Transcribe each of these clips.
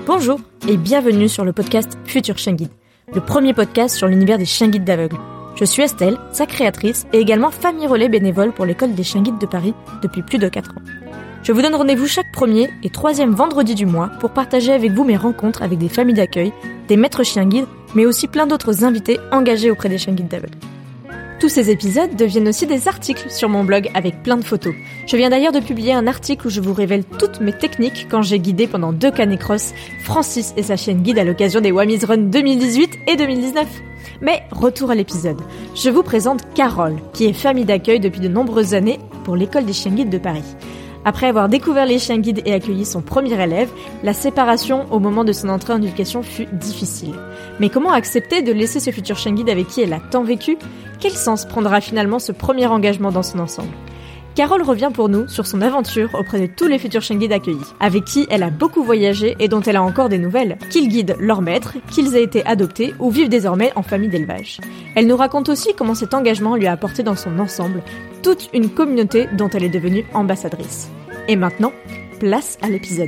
Bonjour et bienvenue sur le podcast Futur Chien Guide, le premier podcast sur l'univers des chiens guides d'aveugles. Je suis Estelle, sa créatrice et également famille relais bénévole pour l'école des chiens guides de Paris depuis plus de 4 ans. Je vous donne rendez-vous chaque premier et troisième vendredi du mois pour partager avec vous mes rencontres avec des familles d'accueil, des maîtres chiens guides, mais aussi plein d'autres invités engagés auprès des chiens guides d'aveugles. Tous ces épisodes deviennent aussi des articles sur mon blog avec plein de photos. Je viens d'ailleurs de publier un article où je vous révèle toutes mes techniques quand j'ai guidé pendant 2 canicross Francis et sa chienne guide à l'occasion des Wamiz Run 2018 et 2019. Mais retour à l'épisode. Je vous présente Carole, qui est famille d'accueil depuis de nombreuses années pour l'école des chiens guides de Paris. Après avoir découvert les chiens guides et accueilli son premier élève, la séparation au moment de son entrée en éducation fut difficile. Mais comment accepter de laisser ce futur chien guide avec qui elle a tant vécu ? Quel sens prendra finalement ce premier engagement dans son ensemble ? Carole revient pour nous sur son aventure auprès de tous les futurs chiens guides accueillis, avec qui elle a beaucoup voyagé et dont elle a encore des nouvelles, qu'ils guident leurs maîtres, qu'ils aient été adoptés ou vivent désormais en famille d'élevage. Elle nous raconte aussi comment cet engagement lui a apporté dans son ensemble toute une communauté dont elle est devenue ambassadrice. Et maintenant, place à l'épisode.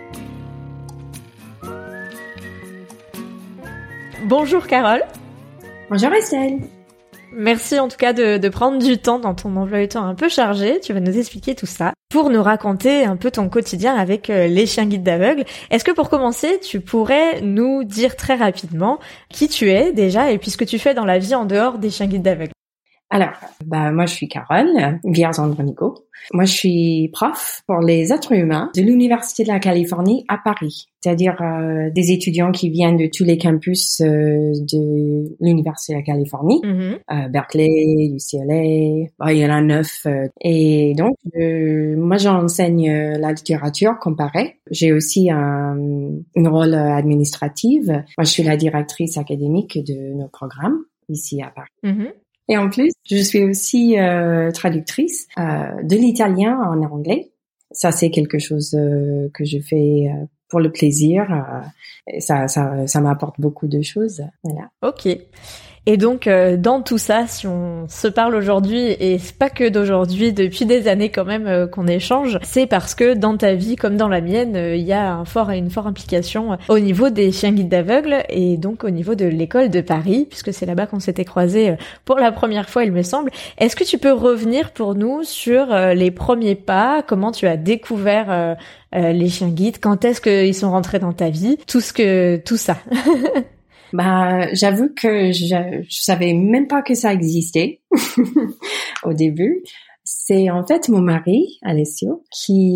Bonjour Carole. Bonjour Estelle. Merci en tout cas de prendre du temps dans ton emploi du temps un peu chargé. Tu vas nous expliquer tout ça pour nous raconter un peu ton quotidien avec les chiens guides d'aveugles. Est-ce que pour commencer, tu pourrais nous dire très rapidement qui tu es déjà et puis ce que tu fais dans la vie en dehors des chiens guides d'aveugles? Alors, moi je suis Carole Vierzandronico. Moi je suis prof pour les êtres humains de l'Université de la Californie à Paris. C'est-à-dire des étudiants qui viennent de tous les campus de l'Université de la Californie, Berkeley, UCLA, il y en a 9. Et donc, moi j'enseigne la littérature comparée. J'ai aussi une rôle administrative. Moi je suis la directrice académique de nos programmes ici à Paris. Et en plus, je suis aussi traductrice de l'italien en anglais. Ça, c'est quelque chose que je fais pour le plaisir. Ça m'apporte beaucoup de choses. Voilà. Ok. Et donc, dans tout ça, si on se parle aujourd'hui, et c'est pas que d'aujourd'hui, depuis des années quand même qu'on échange, c'est parce que dans ta vie, comme dans la mienne, il y a une forte implication au niveau des chiens guides d'aveugles et donc au niveau de l'école de Paris, puisque c'est là-bas qu'on s'était croisés pour la première fois, il me semble. Est-ce que tu peux revenir pour nous sur les premiers pas, comment tu as découvert les chiens guides, quand est-ce qu'ils sont rentrés dans ta vie, tout ça. J'avoue que je savais même pas que ça existait au début. C'est en fait mon mari, Alessio,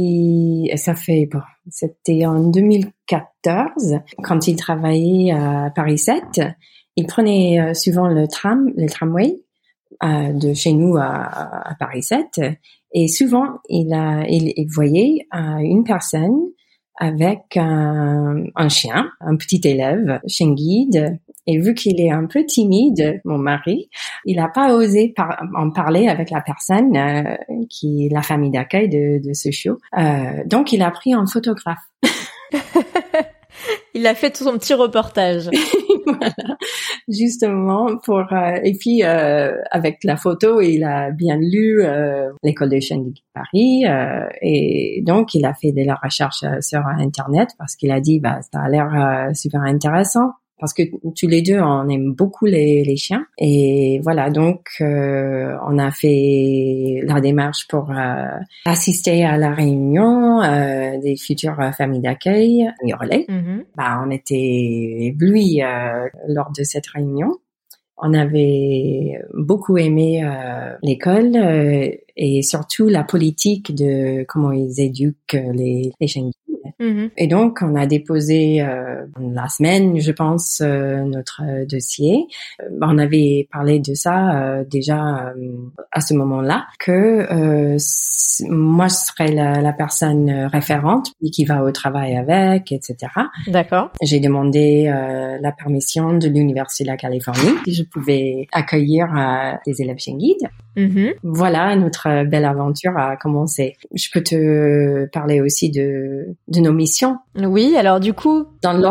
c'était en 2014, quand il travaillait à Paris 7. Il prenait souvent le tramway de chez nous à Paris 7, et souvent il voyait une personne avec un chien, un petit élève, chien guide. Et vu qu'il est un peu timide, mon mari, il n'a pas osé en parler avec la personne qui est la famille d'accueil de ce chiot. Donc, il a pris un photographe. Il a fait tout son petit reportage. Voilà, justement et puis avec la photo, il a bien lu l'école des chiens guides de Paris et donc il a fait de la recherche sur Internet parce qu'il a dit ça a l'air super intéressant. Parce que tous les deux, on aime beaucoup les chiens. Et voilà, donc on a fait la démarche pour assister à la réunion des futures familles d'accueil, les relais. On était éblouis lors de cette réunion. On avait beaucoup aimé l'école et surtout la politique de comment ils éduquent les chiens guides. Et donc, on a déposé la semaine, je pense, notre dossier. On avait parlé de ça déjà à ce moment-là, que moi, je serais la personne référente et qui va au travail avec, etc. D'accord. J'ai demandé la permission de l'Université de la Californie si je pouvais accueillir des élèves chiens guides. Voilà, notre belle aventure a commencé. Je peux te parler aussi de nos missions. Oui, alors du coup... Dans l'ordre.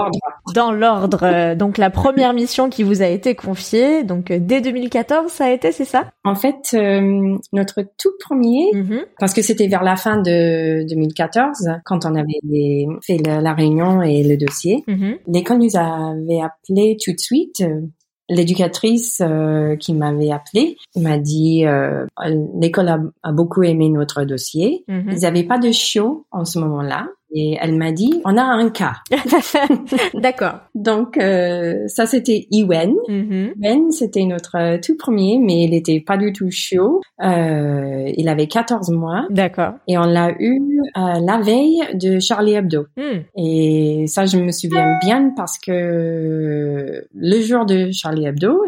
Dans l'ordre, donc la première mission qui vous a été confiée, donc dès 2014, ça a été, c'est ça? En fait, notre tout premier, parce que c'était vers la fin de 2014, quand on avait fait la réunion et le dossier, l'école nous avait appelé tout de suite. L'éducatrice qui m'avait appelé m'a dit l'école a beaucoup aimé notre dossier. Ils n'avaient pas de chiot en ce moment-là. Et elle m'a dit, on a un cas. D'accord. Donc, ça, c'était Iwen. Iwen, c'était notre tout premier, mais il était pas du tout chaud. Il avait 14 mois. D'accord. Et on l'a eu la veille de Charlie Hebdo. Et ça, je me souviens bien parce que le jour de Charlie Hebdo,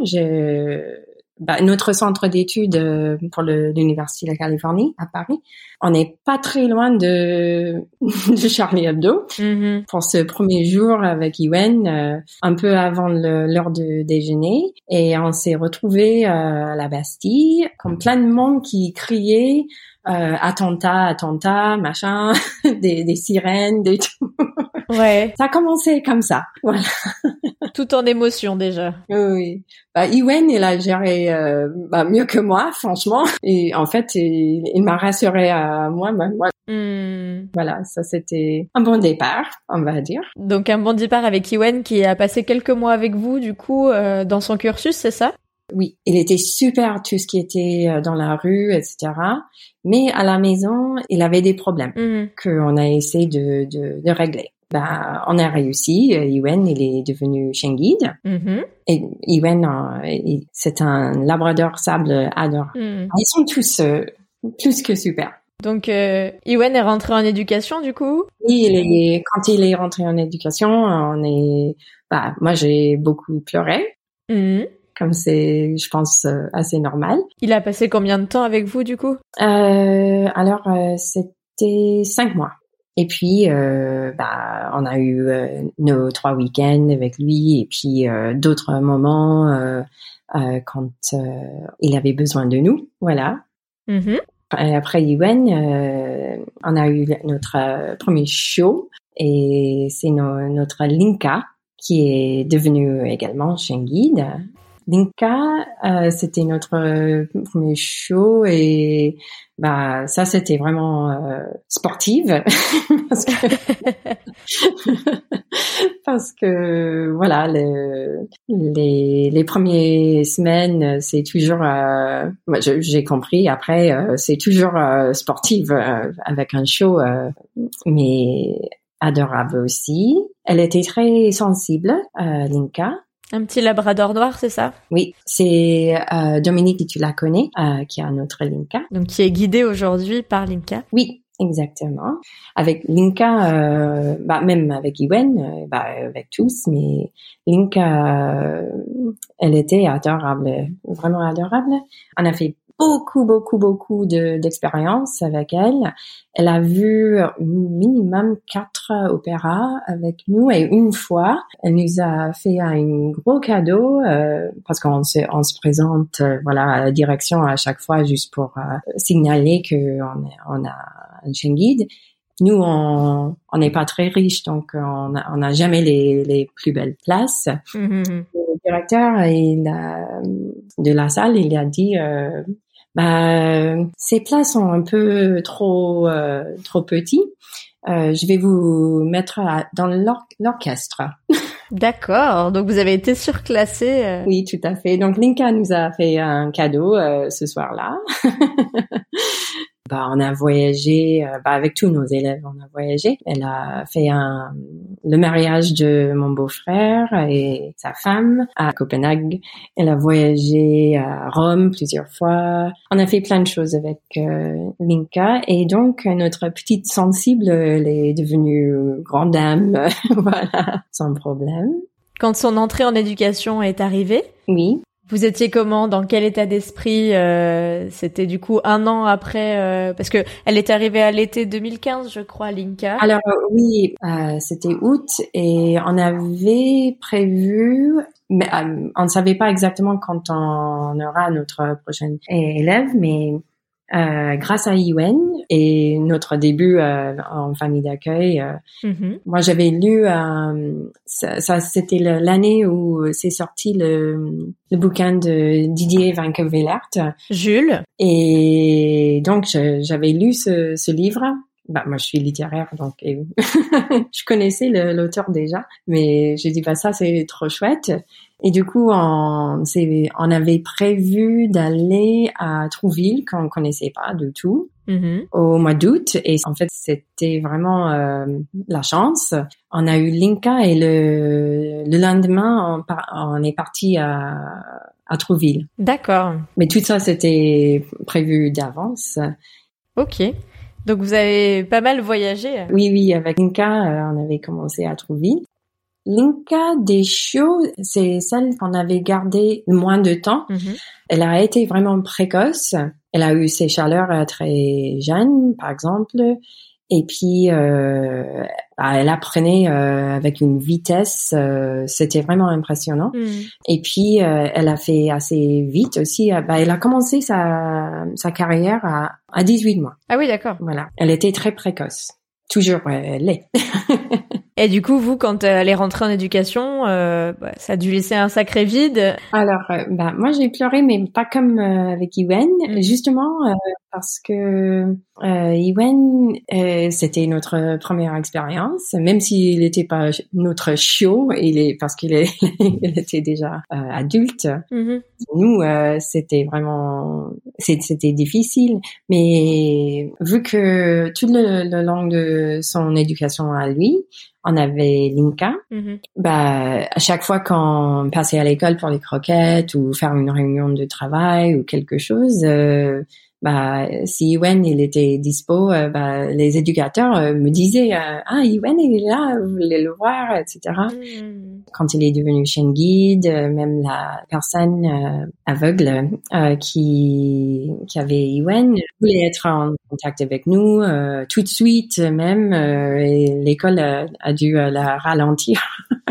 notre centre d'études pour l'Université de la Californie à Paris, on n'est pas très loin de Charlie Hebdo. Pour ce premier jour avec Iwen, un peu avant l'heure de déjeuner, et on s'est retrouvés à la Bastille, comme plein de monde qui criait attentat, machin, des sirènes, des tout. Ouais. Ça a commencé comme ça, voilà. Tout en émotion déjà. Oui. Iwen, il a géré mieux que moi, franchement. Et en fait, il m'a rassuré à moi. Voilà, ça c'était un bon départ, on va dire. Donc un bon départ avec Iwen qui a passé quelques mois avec vous, du coup, dans son cursus, c'est ça? Oui, il était super, tout ce qui était dans la rue, etc. Mais à la maison, il avait des problèmes qu'on a essayé de régler. On a réussi. Iwen, il est devenu chien guide. Et Iwen, c'est un labrador sable adorable. Ils sont tous plus que super. Donc, Iwen est rentré en éducation, du coup? Oui, quand il est rentré en éducation, moi, j'ai beaucoup pleuré. Comme c'est, je pense, assez normal. Il a passé combien de temps avec vous, du coup? C'était 5 mois. Et puis, on a eu nos 3 week-ends avec lui, et puis d'autres moments quand il avait besoin de nous, voilà. Et après Iwen, on a eu notre premier show, et c'est notre Linka qui est devenu également chien guide. Linka, c'était notre premier show, et ça c'était vraiment sportive parce que voilà, les premières semaines c'est toujours j'ai compris après c'est toujours sportive avec un show mais adorable aussi. Elle était très sensible, Linka. Un petit labrador noir, c'est ça? Oui, c'est Dominique, tu la connais, qui a notre Linka. Donc qui est guidée aujourd'hui par Linka. Oui, exactement. Avec Linka, même avec Iwen, avec tous, mais Linka, elle était adorable, vraiment adorable. On a fait beaucoup d'expériences avec elle. Elle a vu minimum 4 opéras avec nous, et une fois, elle nous a fait un gros cadeau parce qu'on se présente à la direction à chaque fois juste pour signaler que on a un chien guide. Nous, on n'est pas très riches, donc on a jamais les plus belles places. Le directeur de la salle, il a dit ces places sont un peu trop petits. Je vais vous mettre dans l'orchestre. D'accord. Donc vous avez été surclassé. Oui, tout à fait. Donc Linka nous a fait un cadeau ce soir-là. On a voyagé avec tous nos élèves, on a voyagé. Elle a fait le mariage de mon beau-frère et sa femme à Copenhague. Elle a voyagé à Rome plusieurs fois. On a fait plein de choses avec Linka, et donc notre petite sensible, elle est devenue grande dame, voilà, sans problème. Quand son entrée en éducation est arrivée? Oui. Vous étiez comment? Dans quel état d'esprit? C'était du coup 1 an après, parce que elle est arrivée à l'été 2015, je crois, Linka. Alors oui, c'était août, et on avait prévu, mais on ne savait pas exactement quand on aura notre prochaine élève, mais grâce à Yuen et notre début en famille d'accueil. Moi, j'avais lu, ça c'était l'année où c'est sorti le bouquin de Didier Van Cavellert. Jules. Et donc, j'avais lu ce livre. Bah, moi, je suis littéraire, donc je connaissais l'auteur déjà, mais j'ai dit, bah, ça, c'est trop chouette. Et du coup, on avait prévu d'aller à Trouville, qu'on connaissait pas du tout, au mois d'août. Et en fait, c'était vraiment la chance. On a eu Linka et le lendemain, on est parti à Trouville. D'accord. Mais tout ça, c'était prévu d'avance. Ok. Donc, vous avez pas mal voyagé. Oui, avec Linka, on avait commencé à Trouville. Linka des chiots, c'est celle qu'on avait gardée le moins de temps. Elle a été vraiment précoce. Elle a eu ses chaleurs très jeunes, par exemple. Et puis, elle apprenait avec une vitesse, c'était vraiment impressionnant. Et puis, elle a fait assez vite aussi. Elle a commencé sa carrière à 18 mois. Ah oui, d'accord. Voilà. Elle était très précoce. Toujours, elle l'est. Et du coup, vous, quand elle est rentrée en éducation, ça a dû laisser un sacré vide. Alors, moi, j'ai pleuré, mais pas comme avec Yuen, justement parce que Yuen, c'était notre première expérience, même s'il n'était pas notre chiot, parce qu'il était déjà adulte. Nous, c'était vraiment, c'était difficile, mais vu que tout le long de son éducation à lui, on avait Linka. À chaque fois qu'on passait à l'école pour les croquettes ou faire une réunion de travail ou quelque chose, si Yuen il était dispo, les éducateurs me disaient Yuen il est là, vous voulez le voir, etc. Quand il est devenu chien guide, même la personne aveugle qui avait Yuen voulait être en contact avec nous tout de suite même, et l'école a dû la ralentir.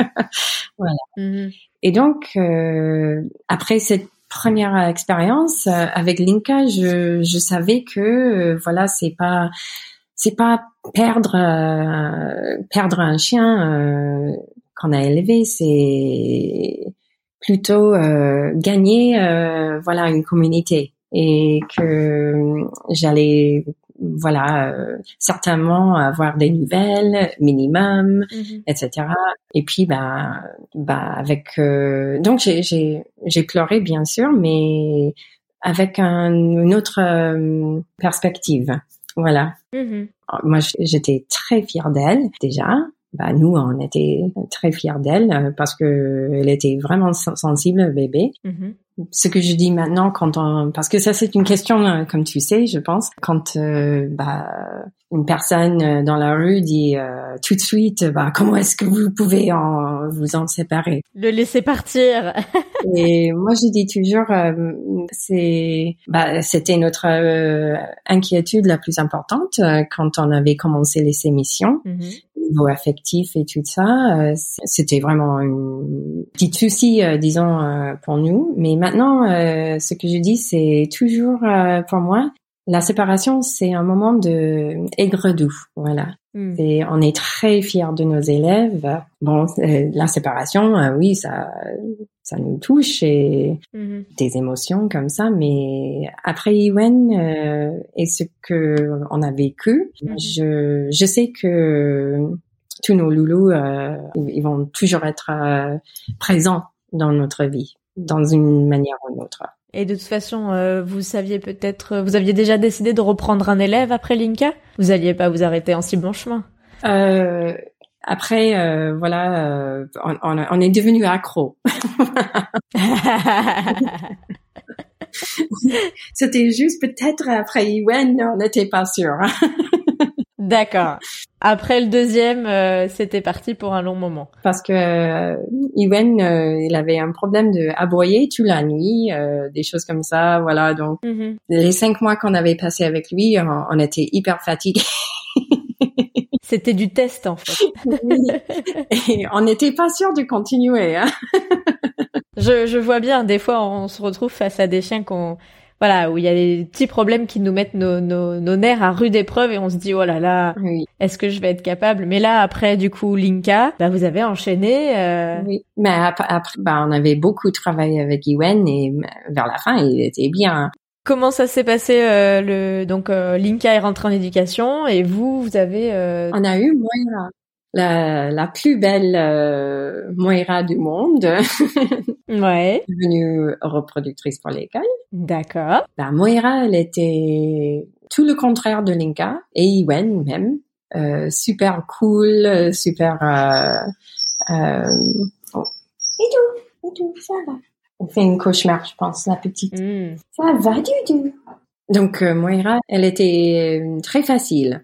Voilà. Et donc après cette première expérience avec Linka, je savais que c'est pas perdre un chien qu'on a élevé, c'est plutôt gagner une communauté, et que j'allais certainement avoir des nouvelles minimum, etc. Et puis avec donc j'ai pleuré bien sûr, mais avec une autre perspective. Voilà. Moi j'étais très fière d'elle déjà. Nous on était très fiers d'elle parce que elle était vraiment sensible, bébé. Ce que je dis maintenant parce que ça c'est une question, comme tu sais, je pense, quand une personne dans la rue dit tout de suite comment est-ce que vous pouvez vous en séparer, le laisser partir. Et moi je dis toujours c'était notre inquiétude la plus importante quand on avait commencé les émissions. Niveau affectif et tout ça, c'était vraiment un petit souci, disons, pour nous. Mais maintenant, ce que je dis, c'est toujours, pour moi, la séparation, c'est un moment de aigre-doux, voilà. Et on est très fiers de nos élèves. Bon, la séparation, oui, ça nous touche et des émotions comme ça. Mais après Yuen et ce que on a vécu, je sais que tous nos loulous, ils vont toujours être présents dans notre vie, dans une manière ou une autre. Et de toute façon, vous aviez déjà décidé de reprendre un élève après Linka? Vous alliez pas vous arrêter en si bon chemin? Après, on est devenu accro. C'était juste peut-être après Yuen, on n'était pas sûr. D'accord. Après le deuxième, c'était parti pour un long moment. Parce que Yuen, il avait un problème de aboyer toute la nuit, des choses comme ça, voilà. Donc, les 5 mois qu'on avait passé avec lui, on était hyper fatigués. C'était du test, en fait. Oui. Et on n'était pas sûr de continuer, hein. Je vois bien, des fois, on se retrouve face à des chiens qu'on voilà, où il y a des petits problèmes qui nous mettent nos nerfs à rude épreuve et on se dit oh là là, Oui. est-ce que je vais être capable? Mais là après du coup Linka, vous avez enchaîné. Oui, mais après, on avait beaucoup travaillé avec Ewen et vers la fin, il était bien. Comment ça s'est passé donc Linka est rentrée en éducation et vous avez On a eu Moira, la plus belle Moira du monde, ouais, devenue reproductrice pour l'école. d'accord. Moira, elle était tout le contraire de Linka et Ewen même, super cool, super. Oh. Et tout, ça va. Elle fait une cauchemar, je pense, la petite. Ça va, Doudou. Donc, Moira, elle était très facile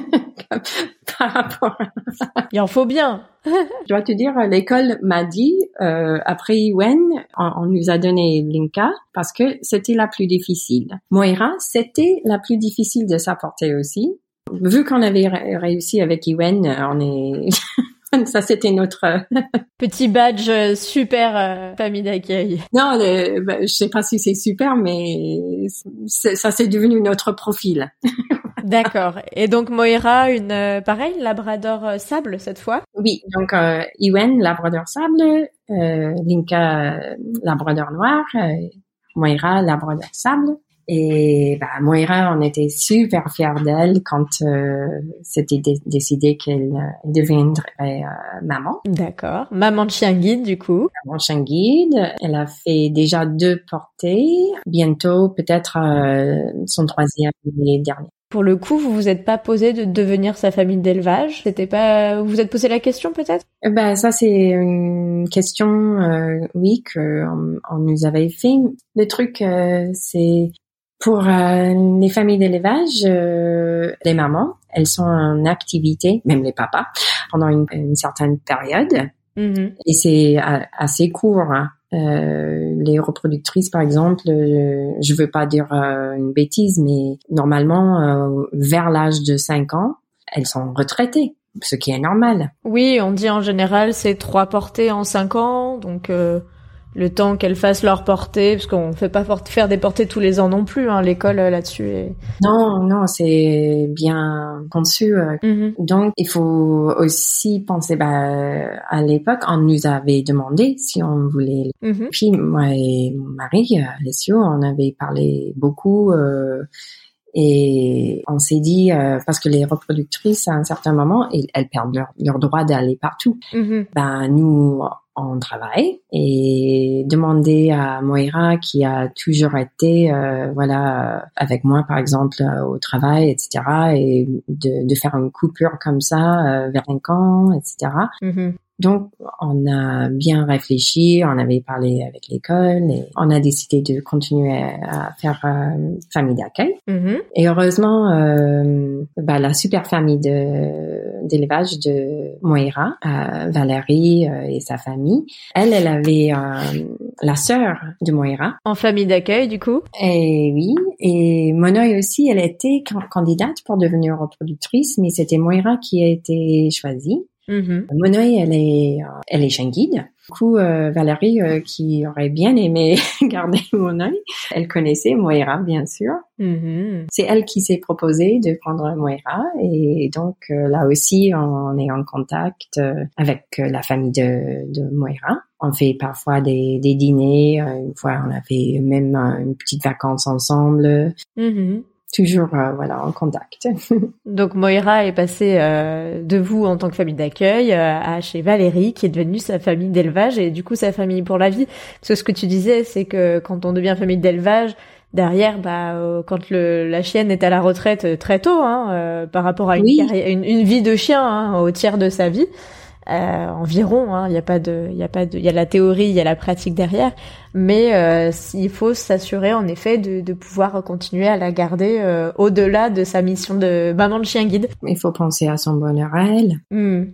par rapport à... Il en faut bien. Je dois te dire, l'école m'a dit, après Ewen, on nous a donné Linka parce que c'était la plus difficile. Moira, c'était la plus difficile de s'apporter aussi. Vu qu'on avait réussi avec Ewen, on est... Ça, c'était notre... Petit badge super famille d'accueil. Non, je sais pas si c'est super, mais ça, c'est devenu notre profil. D'accord. Et donc, Moira, pareil, Labrador sable, cette fois? Oui. Donc, Ewen, Labrador sable, Linka, Labrador noir, Moira, Labrador sable. Et Moira, on était super fiers d'elle quand c'était décidé qu'elle deviendrait maman. D'accord. Maman de chien guide, du coup. Maman chien guide. Elle a fait déjà 2 portées. Bientôt, peut-être son 3e et dernier. Pour le coup, vous vous êtes pas posé de devenir sa famille d'élevage? C'était pas, vous vous êtes posé la question peut-être? Ça c'est une question, oui, que on nous avait fait. Le truc, c'est pour les familles d'élevage, les mamans, elles sont en activité, même les papas, pendant une certaine période. Mm-hmm. Et c'est assez court. Hein. Les reproductrices, par exemple, je veux pas dire une bêtise, mais normalement, vers l'âge de 5 ans, elles sont retraitées, ce qui est normal. Oui, on dit en général c'est 3 portées en 5 ans, donc le temps qu'elles fassent leur portée, parce qu'on fait pas faire des portées tous les ans non plus, hein, l'école là-dessus. Non, c'est bien conçu. Mm-hmm. Donc, il faut aussi penser, à l'époque, on nous avait demandé si on voulait. Mm-hmm. Puis, moi et mon mari, Alessio, on avait parlé beaucoup, et on s'est dit, parce que les reproductrices, à un certain moment, elles perdent leur droit d'aller partout. Mm-hmm. Nous, on travaille et demander à Moira, qui a toujours été, avec moi, par exemple, au travail, etc., et de faire une coupure comme ça, vers 5 ans, etc. Mm-hmm. Donc, on a bien réfléchi, on avait parlé avec l'école et on a décidé de continuer à faire famille d'accueil. Mm-hmm. Et heureusement, la super famille d'élevage de Moira, Valérie et sa famille, elle avait la sœur de Moira. En famille d'accueil, du coup? Et oui, et Monoï aussi, elle était candidate pour devenir reproductrice, mais c'était Moira qui a été choisie. Mm-hmm. Monoï, elle est chien guide. Du coup, Valérie, qui aurait bien aimé garder Monoï, elle connaissait Moira, bien sûr. Mm-hmm. C'est elle qui s'est proposée de prendre Moira, et donc là aussi, on est en contact avec la famille de Moira. On fait parfois des dîners. Une fois, on a fait même une petite vacance ensemble. Mm-hmm. Toujours, en contact. Donc, Moira est passée de vous en tant que famille d'accueil à chez Valérie, qui est devenue sa famille d'élevage et du coup sa famille pour la vie. Parce que ce que tu disais, c'est que quand on devient famille d'élevage, derrière, quand la chienne est à la retraite très tôt, par rapport à une vie de chien, au tiers de sa vie, environ, il y a la théorie, il y a la pratique derrière, mais il faut s'assurer en effet de pouvoir continuer à la garder au-delà de sa mission de maman de chien guide. Il faut penser à son bonheur à elle.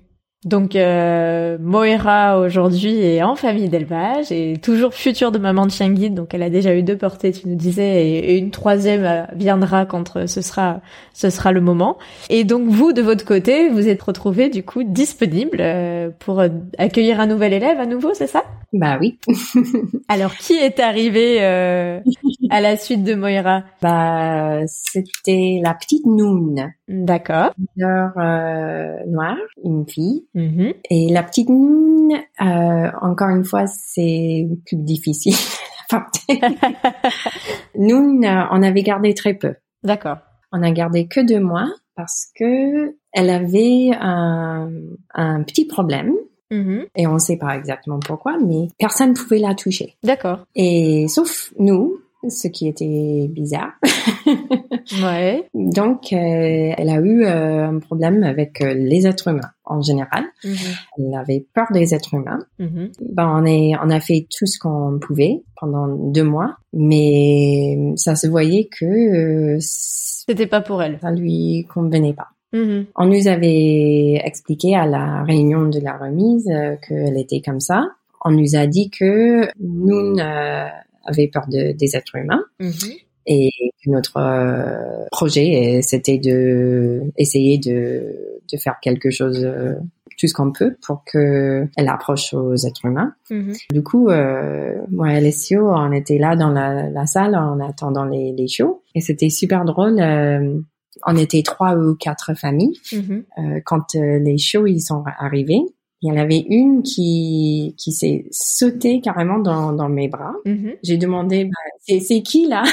Donc Moira aujourd'hui est en famille d'élevage et toujours future de maman de chien guide, donc elle a déjà eu 2 portées, tu nous disais, et une 3e viendra quand ce sera le moment. Et donc vous, de votre côté, vous êtes retrouvés du coup disponibles pour accueillir un nouvel élève à nouveau, c'est ça? Bah oui. Alors qui est arrivé à la suite de Moira? Bah c'était la petite Noun. D'accord. Couleur noire, une fille. Mm-hmm. Et la petite Noun, encore une fois, c'est plus difficile à porter. Noun, on avait gardé très peu. D'accord. On a gardé que 2 mois parce que elle avait un petit problème. Mm-hmm. Et on ne sait pas exactement pourquoi, mais personne ne pouvait la toucher. D'accord. Et sauf nous, ce qui était bizarre. Ouais. Donc, elle a eu un problème avec les êtres humains en général. Mm-hmm. Elle avait peur des êtres humains. Mm-hmm. Ben, on a fait tout ce qu'on pouvait pendant 2 mois, mais ça se voyait que c'était pas pour elle. Ça lui convenait pas. Mm-hmm. On nous avait expliqué à la réunion de la remise qu'elle était comme ça. On nous a dit que nous avait peur des êtres humains. Mm-hmm. Et que notre projet, c'était de essayer de faire quelque chose, tout ce qu'on peut pour que elle approche aux êtres humains. Mm-hmm. Du coup, moi et Alessio, on était là dans la salle en attendant les shows. Et c'était super drôle. On était 3 ou 4 familles. Mm-hmm. Quand les shows ils sont arrivés, il y en avait une qui s'est sautée carrément dans mes bras. Mm-hmm. J'ai demandé, c'est qui là?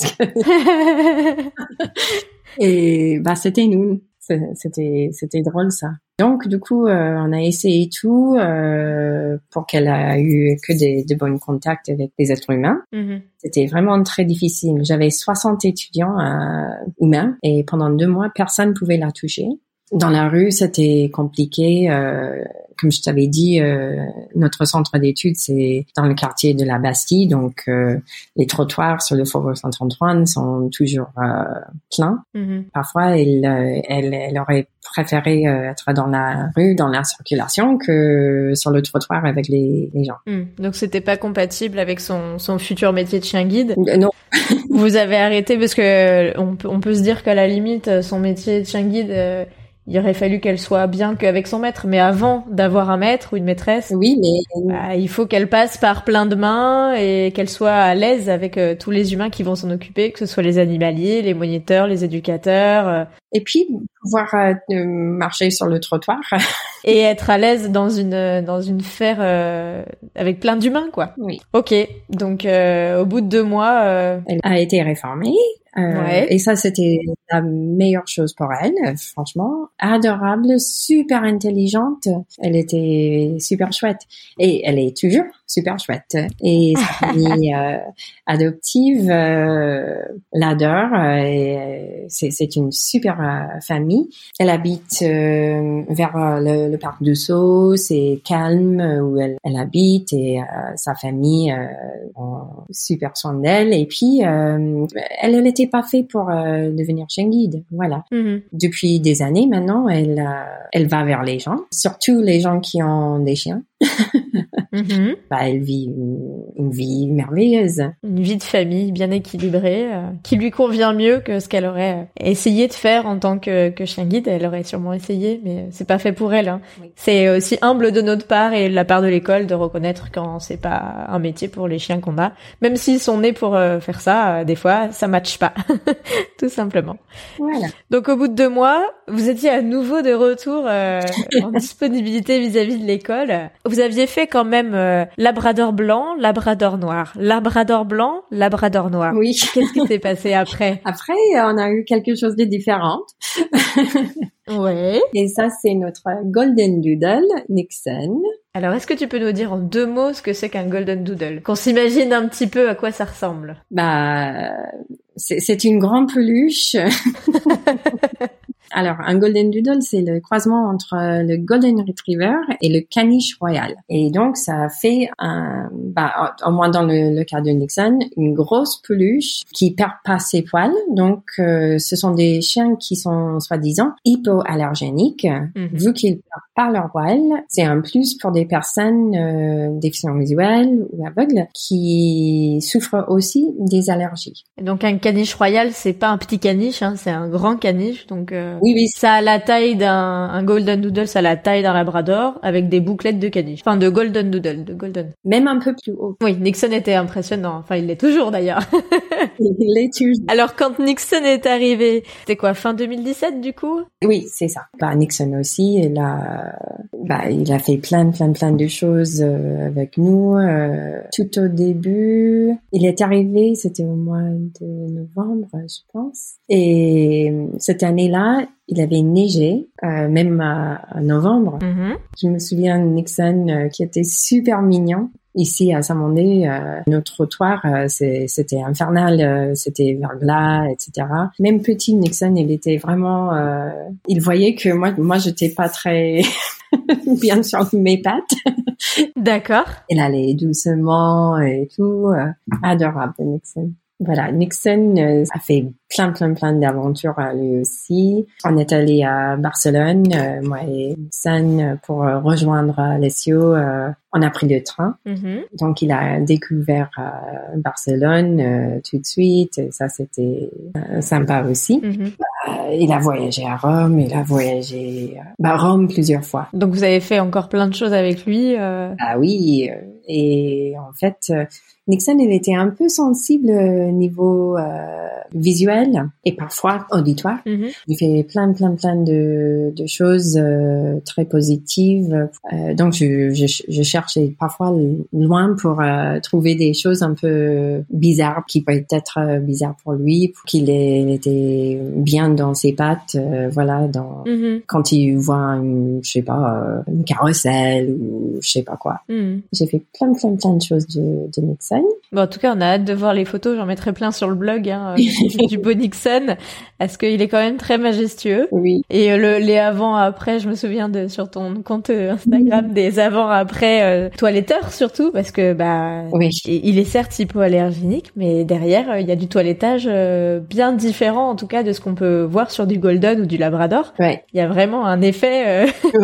Et c'était nous. C'était drôle ça. Donc du coup, on a essayé tout pour qu'elle a eu que de bons contacts avec les êtres humains. Mm-hmm. C'était vraiment très difficile. J'avais 60 étudiants humains et pendant 2 mois, personne ne pouvait la toucher. Dans la rue, c'était compliqué. Comme je t'avais dit, notre centre d'études, c'est dans le quartier de la Bastille. Donc, les trottoirs sur le faubourg Saint-Antoine sont toujours pleins. Mm-hmm. Parfois, elle aurait préféré être dans la rue, dans la circulation, que sur le trottoir avec les gens. Donc, c'était pas compatible avec son futur métier de chien guide. Non. Vous avez arrêté parce que on peut se dire qu'à la limite, son métier de chien guide... il aurait fallu qu'elle soit bien qu'avec son maître, mais avant d'avoir un maître ou une maîtresse, oui, mais il faut qu'elle passe par plein de mains et qu'elle soit à l'aise avec tous les humains qui vont s'en occuper, que ce soit les animaliers, les moniteurs, les éducateurs. Et puis pouvoir marcher sur le trottoir et être à l'aise dans une ferre avec plein d'humains, quoi. Oui. Ok, donc au bout de 2 mois, elle a été réformée. Ouais. Et ça, c'était la meilleure chose pour elle, franchement. Adorable, super intelligente. Elle était super chouette. Et elle est toujours super chouette. Et sa famille adoptive l'adore. Et c'est une super famille. Elle habite vers le parc de Sceaux. C'est calme où elle habite. Et sa famille ont super soin d'elle. Et puis, elle n'était pas faite pour devenir chien guide. Voilà. Mm-hmm. Depuis des années maintenant, elle va vers les gens. Surtout les gens qui ont des chiens. Mm-hmm. Elle vit une vie merveilleuse. Une vie de famille bien équilibrée, qui lui convient mieux que ce qu'elle aurait essayé de faire en tant que chien guide. Elle aurait sûrement essayé, mais c'est pas fait pour elle. Hein. Oui. C'est aussi humble de notre part et de la part de l'école de reconnaître quand c'est pas un métier pour les chiens qu'on a. Même s'ils sont nés pour faire ça, des fois, ça matche pas. Tout simplement. Voilà. Donc au bout de 2 mois, vous étiez à nouveau de retour en disponibilité vis-à-vis de l'école. Vous aviez fait quand même Labrador blanc, Labrador noir. Labrador blanc, Labrador noir. Oui. Qu'est-ce qui s'est passé après? Après, on a eu quelque chose de différent. Ouais. Et ça, c'est notre Golden Doodle, Nixon. Alors, est-ce que tu peux nous dire en 2 mots ce que c'est qu'un Golden Doodle? Qu'on s'imagine un petit peu à quoi ça ressemble. C'est une grande peluche. Alors, un Golden Doodle, c'est le croisement entre le Golden Retriever et le Caniche Royal. Et donc, ça fait au moins dans le cas de Nixon, une grosse peluche qui perd pas ses poils. Donc, ce sont des chiens qui sont soi-disant hypoallergéniques, vu qu'ils perdent pas leurs poils. C'est un plus pour des personnes déficientes visuelles ou aveugles qui souffrent aussi des allergies. Donc un caniche royal, c'est pas un petit caniche, hein, c'est un grand caniche. Donc oui. Ça a la taille un golden doodle, ça a la taille d'un labrador avec des bouclettes de caniche. Enfin de golden doodle, de golden. Même un peu plus haut. Oui, Nixon était impressionnant. Enfin, il l'est toujours d'ailleurs. Il l'est toujours. Alors quand Nixon est arrivé, c'était quoi, fin 2017 du coup? Oui, c'est ça. Nixon aussi, il a fait plein de choses avec nous. Tout au début, il est arrivé, c'était au mois de novembre, je pense. Et cette année-là, il avait neigé, même en novembre. Je me souviens de Nixon qui était super mignon. Ici, à Saint-Mandé, notre trottoir, c'était infernal, c'était verglas, etc. Même petit, Nixon, il était vraiment... il voyait que moi, j'étais pas très bien sur mes pattes. D'accord. Il allait doucement et tout. Adorable, Nixon. Voilà, Nixon a fait plein d'aventures lui aussi. On est allé à Barcelone, moi et Nixon, pour rejoindre Alessio. On a pris le train. Donc, il a découvert Barcelone tout de suite. Et ça, c'était sympa aussi. Il a voyagé à Rome. Il a voyagé à Rome plusieurs fois. Donc, vous avez fait encore plein de choses avec lui. Ah oui. Et en fait... Nixon, il était un peu sensible niveau visuel et parfois auditoire. Il fait plein de choses très positives. Donc, je cherchais parfois loin pour trouver des choses un peu bizarres qui peuvent être bizarres pour lui, pour qu'il était bien dans ses pattes. Voilà, quand il voit une carrousel ou je sais pas quoi. J'ai fait plein de choses de Nixon. Bon, en tout cas, on a hâte de voir les photos. J'en mettrai plein sur le blog du beau Nixon, parce qu'il est quand même très majestueux. Oui. Et les avant-après, je me souviens sur ton compte Instagram des avant-après toiletteurs surtout, parce que oui. Il est certes hypoallergénique, mais derrière il y a du toilettage bien différent, en tout cas de ce qu'on peut voir sur du golden ou du labrador. Ouais. Il y a vraiment un effet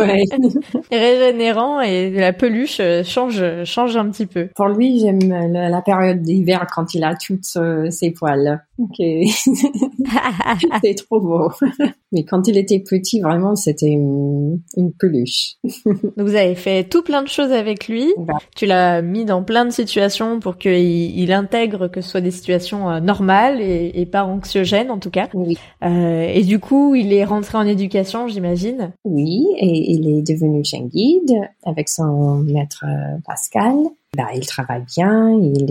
régénérant et la peluche change un petit peu. Pour lui, j'aime la période d'hiver quand il a toutes ses poils. Okay. C'est trop beau. Mais quand il était petit, vraiment, c'était une peluche. Donc vous avez fait tout plein de choses avec lui. Tu l'as mis dans plein de situations pour qu'il intègre que ce soit des situations normales et pas anxiogènes en tout cas. Oui. Et du coup, il est rentré en éducation, j'imagine. Oui, et il est devenu chien guide avec son maître Pascal. Il travaille bien, il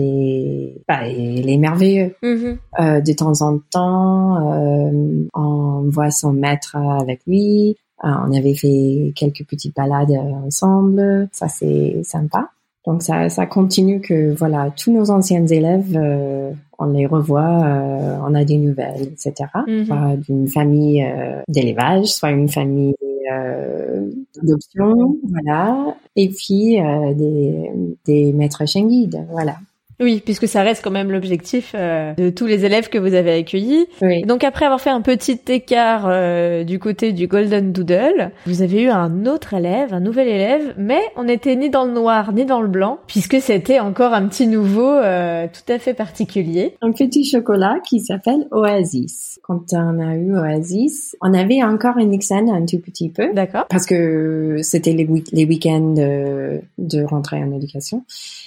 est merveilleux. De temps en temps, on voit son maître avec lui. On avait fait quelques petites balades ensemble. Ça, c'est sympa. Donc, ça continue que, voilà, tous nos anciens élèves, on les revoit, on a des nouvelles, etc. Soit d'une famille d'élevage, soit une famille d'adoption, voilà. Et puis, des maîtres chien guides, voilà. Oui, puisque ça reste quand même l'objectif de tous les élèves que vous avez accueillis. Oui. Donc après avoir fait un petit écart du côté du Golden Doodle, vous avez eu un nouvel élève, mais on n'était ni dans le noir ni dans le blanc, puisque c'était encore un petit nouveau tout à fait particulier. Un petit chocolat qui s'appelle Oasis. Quand on a eu Oasis, on avait encore une Nixon un tout petit peu. D'accord. Parce que c'était les week-ends de rentrée en éducation.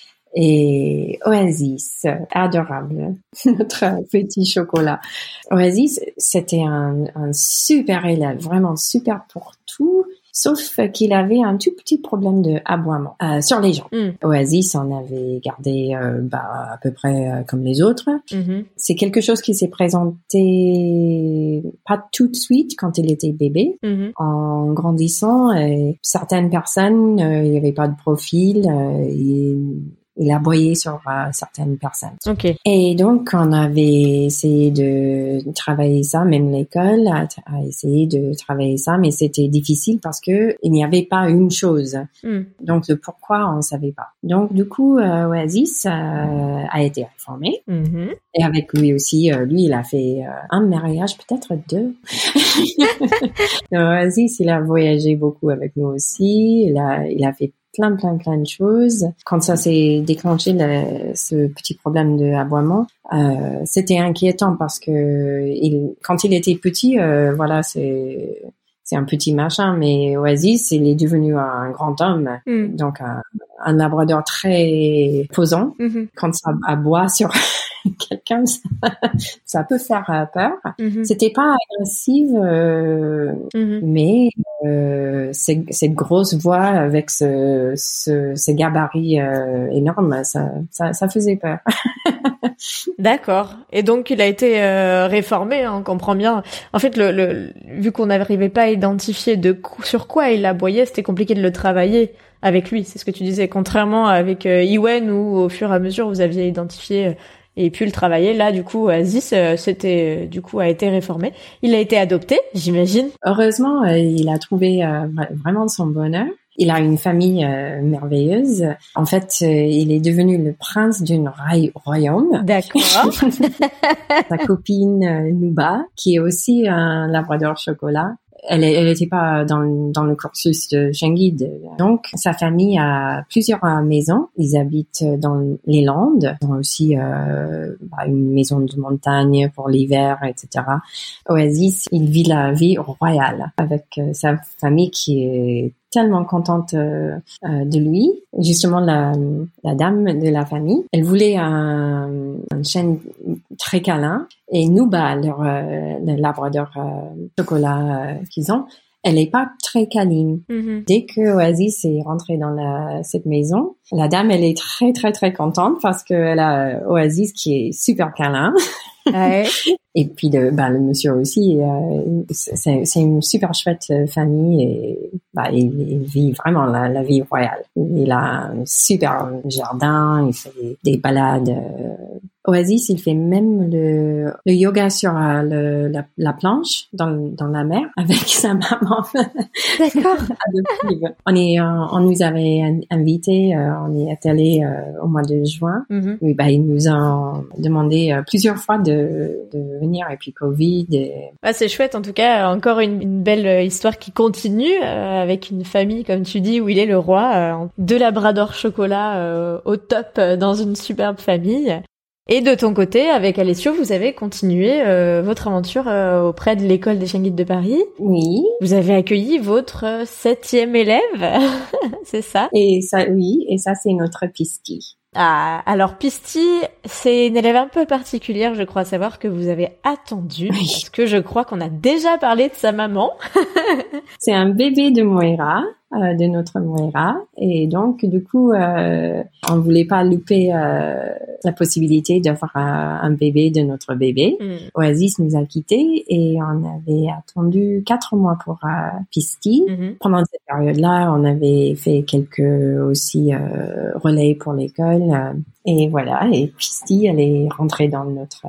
Et Oasis, adorable, notre petit chocolat. Oasis, c'était un super élève, vraiment super pour tout, sauf qu'il avait un tout petit problème de aboiement sur les jambes. Oasis, on avait gardé à peu près comme les autres. C'est quelque chose qui s'est présenté pas tout de suite quand il était bébé. En grandissant, certaines personnes, il n'y avait pas de profil. il aboyait sur certaines personnes. Ok. Et donc, on avait essayé de travailler ça, même l'école a essayé de travailler ça, mais c'était difficile parce que il n'y avait pas une chose. Donc, le pourquoi, on savait pas. Donc, du coup, Oasis a été réformé. Et avec lui aussi, lui, il a fait un mariage, peut-être 2. Oasis, il a voyagé beaucoup avec nous aussi. Il a fait plein de choses. Quand ça s'est déclenché, ce petit problème de aboiement, c'était inquiétant parce que quand il était petit, voilà, c'est un petit machin, mais Oasis, il est devenu un grand homme, donc un labrador très posant. Quand ça aboie sur quelqu'un, ça peut faire peur. C'était pas agressif, mais cette grosse voix avec ce gabarit énorme, ça faisait peur. D'accord. Et donc il a été réformé, hein, on comprend bien. En fait, vu qu'on n'arrivait pas à identifier sur quoi il aboyait, c'était compliqué de le travailler avec lui. C'est ce que tu disais. Contrairement avec Iwen, où au fur et à mesure vous aviez identifié et pu le travailler. Là, du coup, Aziz, a été réformé. Il a été adopté, j'imagine. Heureusement, il a trouvé vraiment son bonheur. Il a une famille merveilleuse. En fait, il est devenu le prince d'un royaume. D'accord. Sa copine Nuba, qui est aussi un labrador chocolat. Elle était pas dans le cursus de Shanguid. Donc, sa famille a plusieurs maisons. Ils habitent dans les Landes. Ils ont aussi une maison de montagne pour l'hiver, etc. Oasis, il vit la vie royale avec sa famille qui est tellement contente de lui. Justement, la dame de la famille, elle voulait un chien très câlin. Et Nuba, le labrador chocolat qu'ils ont, elle est pas très câline. Dès que Oasis est rentré dans cette maison, la dame, elle est très très très contente parce qu'elle a Oasis qui est super câlin. Ouais. Et puis le monsieur aussi, c'est une super chouette famille et il vit vraiment la vie royale. Il a un super jardin, il fait des balades. Oasis, il fait même le yoga sur la planche dans la mer avec sa maman. D'accord. Adoptive. On nous avait invités, on est allé au mois de juin. Oui, ils nous ont demandé plusieurs fois de venir et puis Covid. C'est chouette en tout cas, encore une belle histoire qui continue avec une famille comme tu dis où il est le roi, de labrador chocolat au top dans une superbe famille. Et de ton côté, avec Alessio, vous avez continué votre aventure auprès de l'école des chiens guides de Paris. Oui. Vous avez accueilli votre 7e élève, c'est ça? Et ça, oui, et ça c'est notre Pisty. Ah, alors Pisty, c'est une élève un peu particulière, je crois savoir que vous avez attendu, parce que je crois qu'on a déjà parlé de sa maman. C'est un bébé de Moira, de notre Moira, et donc du coup, on voulait pas louper la possibilité d'avoir un bébé de notre bébé. Oasis nous a quittés et on avait attendu 4 mois pour Pisty. Pendant cette période-là, on avait fait quelques aussi relais pour l'école. Et voilà, et Pisty, elle est rentrée dans notre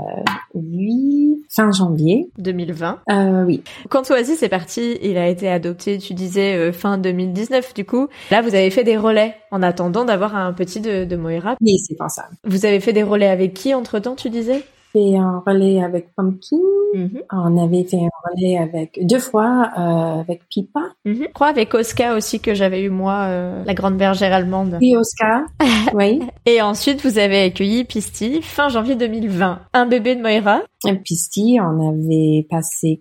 vie fin janvier 2020. Oui. Quand Oasis est parti, il a été adopté, tu disais fin 2019 du coup. Là, vous avez fait des relais en attendant d'avoir un petit de Moira. Oui, c'est pour ça. Vous avez fait des relais avec qui entre-temps, tu disais? Fait un relais avec Pumpkin. On avait fait un relais avec 2 fois avec Pipa. Je crois avec Oscar aussi que j'avais eu moi, la grande bergère allemande. Oui, Oscar. Oui. Et ensuite vous avez accueilli Pisty fin janvier 2020, un bébé de Moira. Pisty, on avait passé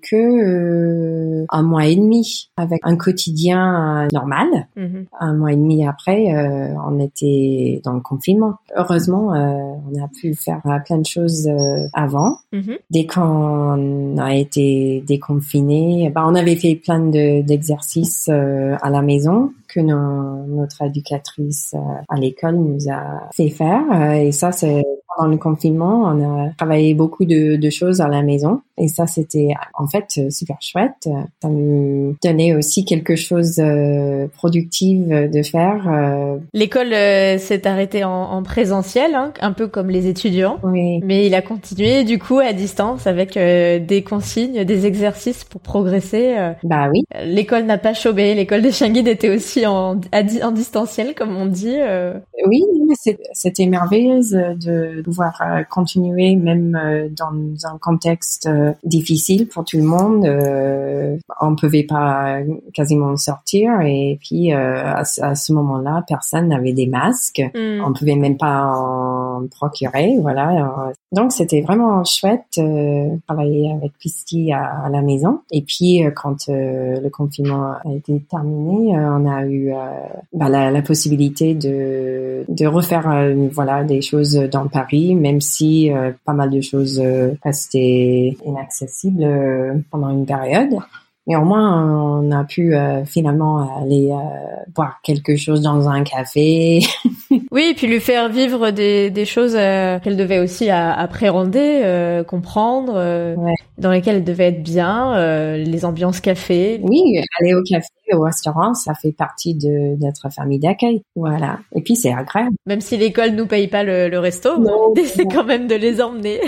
que 1 mois et demi avec un quotidien normal. 1 mois et demi après, on était dans le confinement. Heureusement, on a pu faire plein de choses avant. Dès qu'on a été déconfiné, on avait fait plein d'exercices à la maison que notre éducatrice à l'école nous a fait faire. Et ça, c'est pendant le confinement, on a travaillé beaucoup de choses à la maison. Et ça, c'était en fait super chouette. Ça me donnait aussi quelque chose productif de faire. L'école s'est arrêtée en présentiel, hein, un peu comme les étudiants. Oui. Mais il a continué du coup à distance avec des consignes, des exercices pour progresser. Bah oui. L'école n'a pas chômé. L'école des chiens guides était aussi en distanciel, comme on dit. Oui, mais c'était merveilleux de pouvoir continuer même dans un contexte difficile pour tout le monde. On pouvait pas quasiment sortir et puis à ce moment-là, personne n'avait des masques. On pouvait même pas en procurer, voilà. Donc c'était vraiment chouette travailler avec Pisty à la maison. Et puis quand le confinement a été terminé, on a eu la possibilité de refaire voilà des choses dans Paris, même si pas mal de choses restaient inaccessibles pendant une période. Mais au moins, on a pu finalement aller boire quelque chose dans un café. Oui, et puis lui faire vivre des choses qu'elle devait aussi appréhender, comprendre, Ouais. dans lesquelles elle devait être bien, les ambiances café. Oui, aller au café, au restaurant, ça fait partie de notre famille d'accueil. Voilà. Et puis c'est agréable. Même si l'école nous paye pas le resto, bon, l'idée c'est quand même de les emmener.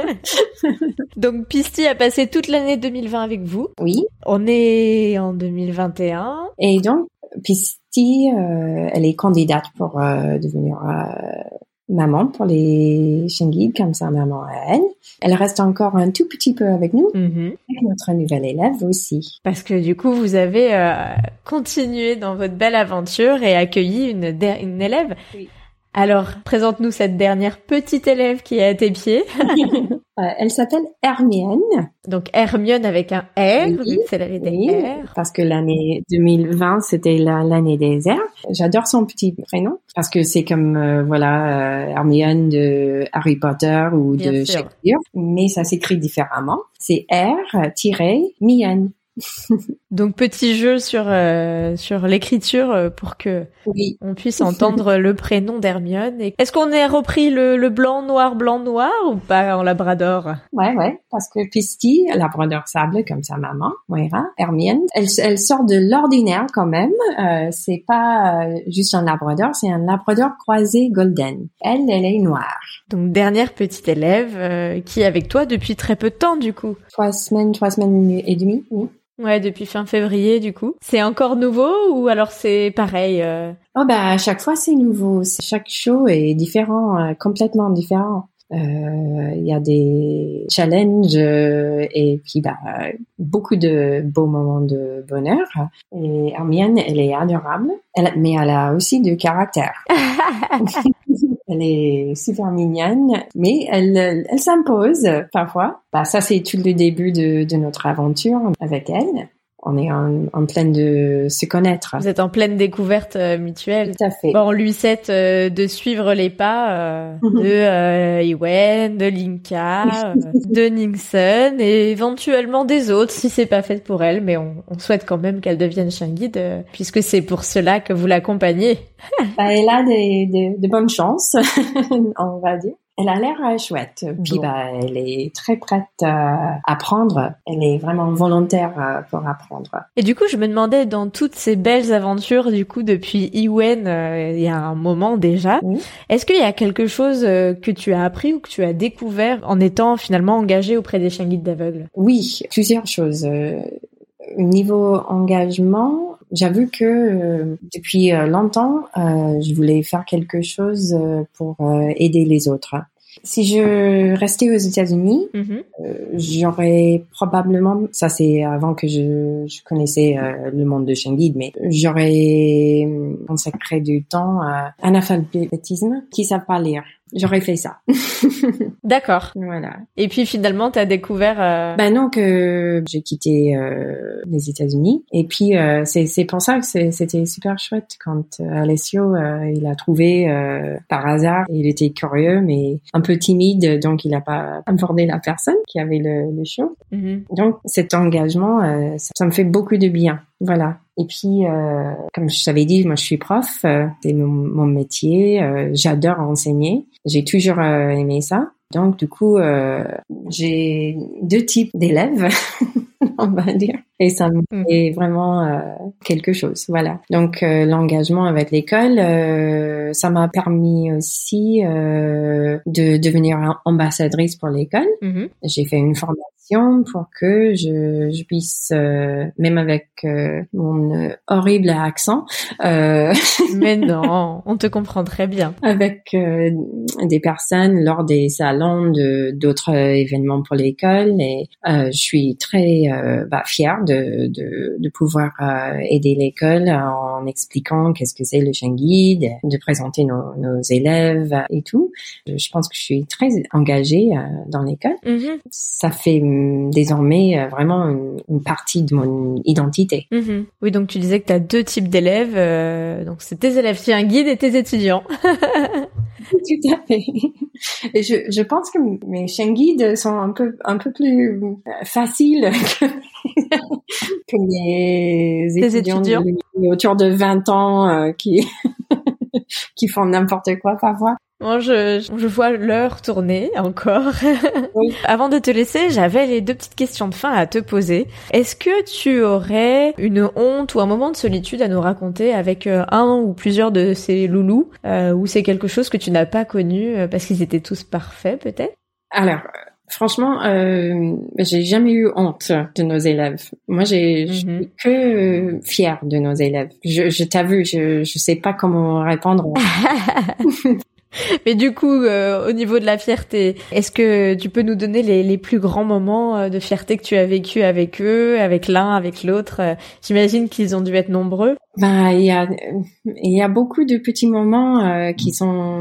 Donc Pisty a passé toute l'année 2020 avec vous. Oui. On est en 2021. Et donc, Pisty, elle est candidate pour devenir maman pour les chiens guides, comme sa maman à elle. Elle reste encore un tout petit peu avec nous, avec notre nouvelle élève aussi. Parce que du coup, vous avez continué dans votre belle aventure et accueilli une élève. Oui. Alors, présente-nous cette dernière petite élève qui est à tes pieds. Elle s'appelle Hermione. Donc Hermione avec un R, oui, c'est l'année des oui, R. Parce que l'année 2020, c'était l'année des R. J'adore son petit prénom parce que c'est comme Hermione de Harry Potter ou Bien de sûr. Shakespeare, mais ça s'écrit différemment. C'est R-Mione. Donc petit jeu sur l'écriture pour que on puisse entendre le prénom d'Hermione. Et est-ce qu'on a repris le blanc noir ou pas en labrador? Ouais, parce que Pisty, labrador sable comme sa maman, Moira, Hermione, elle sort de l'ordinaire quand même. C'est pas juste un labrador, c'est un labrador croisé golden. Elle est noire. Donc dernière petite élève qui est avec toi depuis très peu de temps du coup. 3 semaines et demie. Oui. Ouais, depuis fin février, du coup. C'est encore nouveau ou alors c'est pareil à chaque fois, c'est nouveau. Chaque show est différent, complètement différent. Il y a des challenges et puis beaucoup de beaux moments de bonheur. Et Hermione, elle est adorable, mais elle a aussi du caractère. Elle est super mignonne, mais elle s'impose parfois. Ça, c'est tout le début de notre aventure avec elle. On est en pleine de se connaître. Vous êtes en pleine découverte mutuelle. Tout à fait. Bon, on lui souhaite de suivre les pas de Ewen, de Linka, de Nixon et éventuellement des autres si c'est pas fait pour elle. Mais on souhaite quand même qu'elle devienne chien guide puisque c'est pour cela que vous l'accompagnez. Elle a de bonnes chances, on va dire. Elle a l'air chouette. Puis elle est très prête à apprendre. Elle est vraiment volontaire pour apprendre. Et du coup, je me demandais dans toutes ces belles aventures, du coup, depuis Ewen, il y a un moment déjà, est-ce qu'il y a quelque chose que tu as appris ou que tu as découvert en étant finalement engagée auprès des chiens guides d'aveugles? Oui, plusieurs choses. Niveau engagement, j'avoue que depuis longtemps, je voulais faire quelque chose pour aider les autres. Si je restais aux États-Unis, j'aurais probablement, ça c'est avant que je connaissais le monde de chien guide, mais j'aurais consacré du temps à analphabétisme qui savent pas lire. J'aurais fait ça. D'accord. Voilà. Et puis finalement, t'as découvert... non, que j'ai quitté les États-Unis. Et puis c'est pour ça que c'était super chouette quand Alessio il a trouvé par hasard. Il était curieux, mais un peu timide, donc il a pas abordé la personne qui avait le show. Donc cet engagement, ça me fait beaucoup de bien. Voilà. Et puis, comme je t'avais dit, moi je suis prof, c'est mon métier, j'adore enseigner, j'ai toujours aimé ça. Donc, du coup, j'ai 2 types d'élèves, on va dire. Et ça me fait vraiment quelque chose, voilà. Donc, l'engagement avec l'école, ça m'a permis aussi de devenir ambassadrice pour l'école. J'ai fait une formation pour que je puisse, même avec mon horrible accent, mais non, on te comprend très bien. Avec des personnes lors des salons d'autres événements pour l'école, et je suis très fière de pouvoir aider l'école en expliquant qu'est-ce que c'est le Chien Guide, de présenter nos élèves et tout. Je pense que je suis très engagée dans l'école. Ça fait désormais vraiment une partie de mon identité. Oui, donc tu disais que tu as 2 types d'élèves, donc c'est tes élèves Chien Guide et tes étudiants. Tout à fait. Et je pense que mes chiens guides sont un peu plus faciles que mes étudiants autour de 20 ans qui font n'importe quoi parfois. Bon, je vois l'heure tourner encore. Oui. Avant de te laisser, j'avais les 2 petites questions de fin à te poser. Est-ce que tu aurais une honte ou un moment de solitude à nous raconter avec un ou plusieurs de ces loulous, ou c'est quelque chose que tu n'as pas connu parce qu'ils étaient tous parfaits, peut-être? Alors, franchement, j'ai jamais eu honte de nos élèves. Moi, je suis que fière de nos élèves. Je t'avoue, je sais pas comment répondre. Mais du coup, au niveau de la fierté, est-ce que tu peux nous donner les plus grands moments de fierté que tu as vécu avec eux, avec l'un, avec l'autre? J'imagine qu'ils ont dû être nombreux. Il y a beaucoup de petits moments qui sont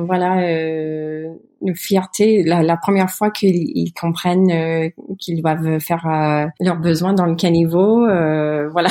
une fierté. La première fois qu'ils comprennent qu'ils doivent faire leurs besoins dans le caniveau, voilà.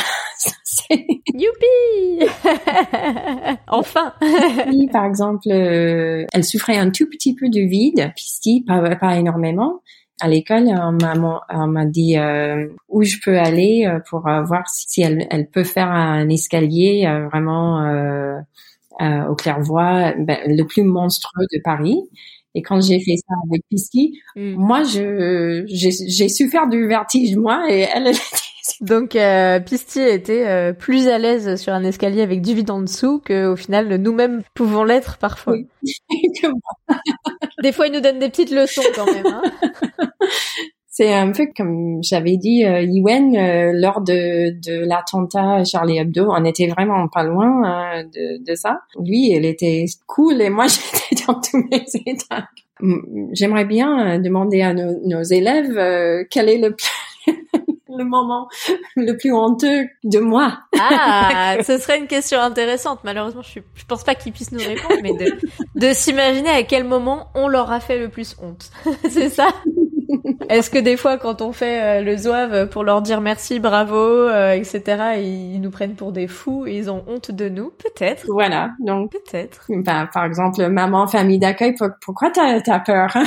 Youpi. Enfin. Oui, par exemple, elle souffrait un tout petit peu de vide, Pisty, pas énormément. À l'école, on m'a dit où je peux aller pour voir si elle peut faire un escalier vraiment au claire-voie, le plus monstrueux de Paris. Et quand j'ai fait ça avec Pisty, moi, j'ai souffert du vertige, moi, et elle donc, Pisty était plus à l'aise sur un escalier avec du vide en dessous que, au final, nous-mêmes pouvons l'être parfois. Oui. Des fois, il nous donne des petites leçons quand même. Hein. C'est un peu comme j'avais dit, Yuen, lors de l'attentat Charlie Hebdo, on était vraiment pas loin de ça. Lui, il était cool et moi, j'étais dans tous mes états. J'aimerais bien demander à nos élèves quel est le moment le plus honteux de moi. Ah, ce serait une question intéressante. Malheureusement, je pense pas qu'ils puissent nous répondre, mais de s'imaginer à quel moment on leur a fait le plus honte. C'est ça? Est-ce que des fois, quand on fait le zouave pour leur dire merci, bravo, etc., ils nous prennent pour des fous et ils ont honte de nous? Peut-être. Voilà, donc peut-être. Par exemple, maman, famille d'accueil, pourquoi t'as peur?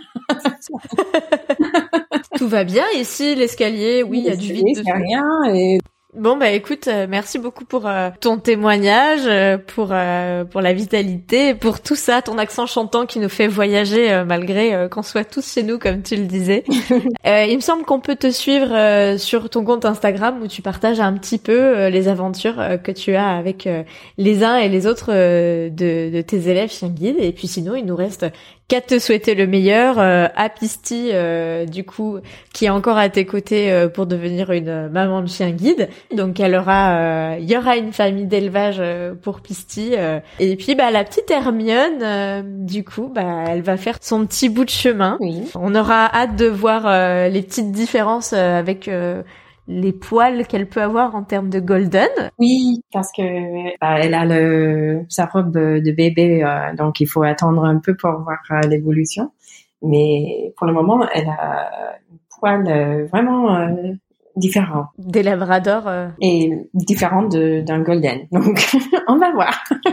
Tout va bien ici, l'escalier, oui, il y a du vide dessus. C'est rien et... Bon écoute, merci beaucoup pour ton témoignage, pour la vitalité, pour tout ça, ton accent chantant qui nous fait voyager malgré qu'on soit tous chez nous comme tu le disais. Il me semble qu'on peut te suivre sur ton compte Instagram où tu partages un petit peu les aventures que tu as avec les uns et les autres de tes élèves chiens guides. Et puis sinon, il nous reste qu'à te souhaiter le meilleur, à Pisty du coup qui est encore à tes côtés pour devenir une maman de chien guide. Donc il y aura une famille d'élevage pour Pisty et puis la petite Hermione du coup elle va faire son petit bout de chemin. Oui. On aura hâte de voir les petites différences avec les poils qu'elle peut avoir en termes de golden. Oui, parce que elle a sa robe de bébé, donc il faut attendre un peu pour voir l'évolution. Mais pour le moment, elle a un poil vraiment différent. Des labradors. Et différent d'un golden. Donc, on va voir.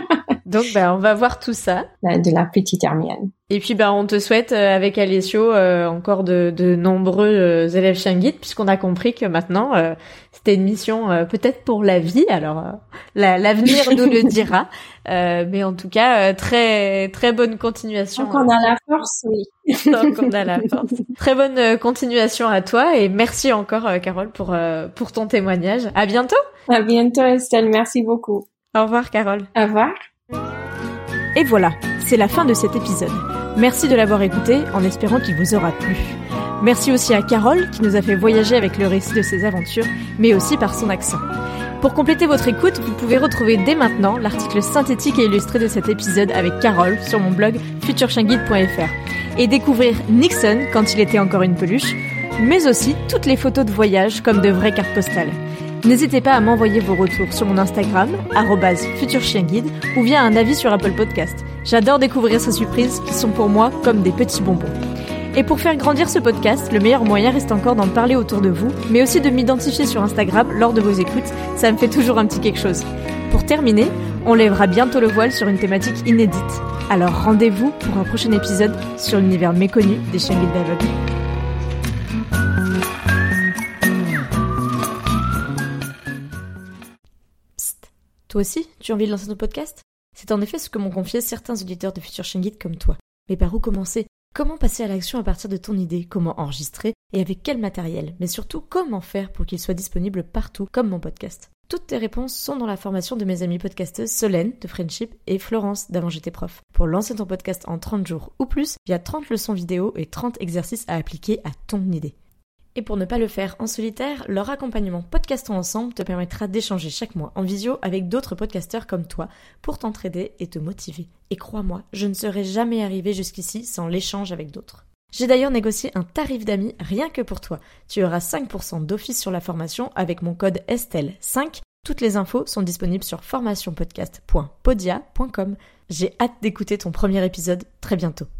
Donc, on va voir tout ça. De la petite Hermione. Et puis, on te souhaite, avec Alessio, encore de nombreux élèves Chien Guide, puisqu'on a compris que maintenant, c'était une mission peut-être pour la vie. Alors, l'avenir nous le dira. Mais en tout cas, très très bonne continuation. Tant qu'on a la force, oui. Tant qu'on a la force. Très bonne continuation à toi et merci encore, Carole, pour ton témoignage. À bientôt. À bientôt, Estelle. Merci beaucoup. Au revoir, Carole. Au revoir. Et voilà, c'est la fin de cet épisode. Merci de l'avoir écouté en espérant qu'il vous aura plu. Merci aussi à Carole qui nous a fait voyager avec le récit de ses aventures, mais aussi par son accent. Pour compléter votre écoute, vous pouvez retrouver dès maintenant l'article synthétique et illustré de cet épisode avec Carole sur mon blog futurchienguide.fr et découvrir Nixon quand il était encore une peluche, mais aussi toutes les photos de voyage comme de vraies cartes postales. N'hésitez pas à m'envoyer vos retours sur mon Instagram, @futurchienguide, ou via un avis sur Apple Podcast. J'adore découvrir ces surprises qui sont pour moi comme des petits bonbons. Et pour faire grandir ce podcast, le meilleur moyen reste encore d'en parler autour de vous, mais aussi de m'identifier sur Instagram lors de vos écoutes, ça me fait toujours un petit quelque chose. Pour terminer, on lèvera bientôt le voile sur une thématique inédite. Alors rendez-vous pour un prochain épisode sur l'univers méconnu des chiens guides d'aveugles. Toi aussi, tu as envie de lancer ton podcast ? C'est en effet ce que m'ont confié certains auditeurs de Futur Chien Guide comme toi. Mais par où commencer ? Comment passer à l'action à partir de ton idée ? Comment enregistrer ? Et avec quel matériel ? Mais surtout, comment faire pour qu'il soit disponible partout, comme mon podcast ? Toutes tes réponses sont dans la formation de mes amies podcasteuses Solène de Friendship et Florence d'Avant j'étais prof. Pour lancer ton podcast en 30 jours ou plus, il y a 30 leçons vidéo et 30 exercices à appliquer à ton idée. Et pour ne pas le faire en solitaire, leur accompagnement Podcastons Ensemble te permettra d'échanger chaque mois en visio avec d'autres podcasteurs comme toi pour t'entraider et te motiver. Et crois-moi, je ne serais jamais arrivée jusqu'ici sans l'échange avec d'autres. J'ai d'ailleurs négocié un tarif d'amis rien que pour toi. Tu auras 5% d'office sur la formation avec mon code Estelle5. Toutes les infos sont disponibles sur formationpodcast.podia.com. J'ai hâte d'écouter ton premier épisode très bientôt.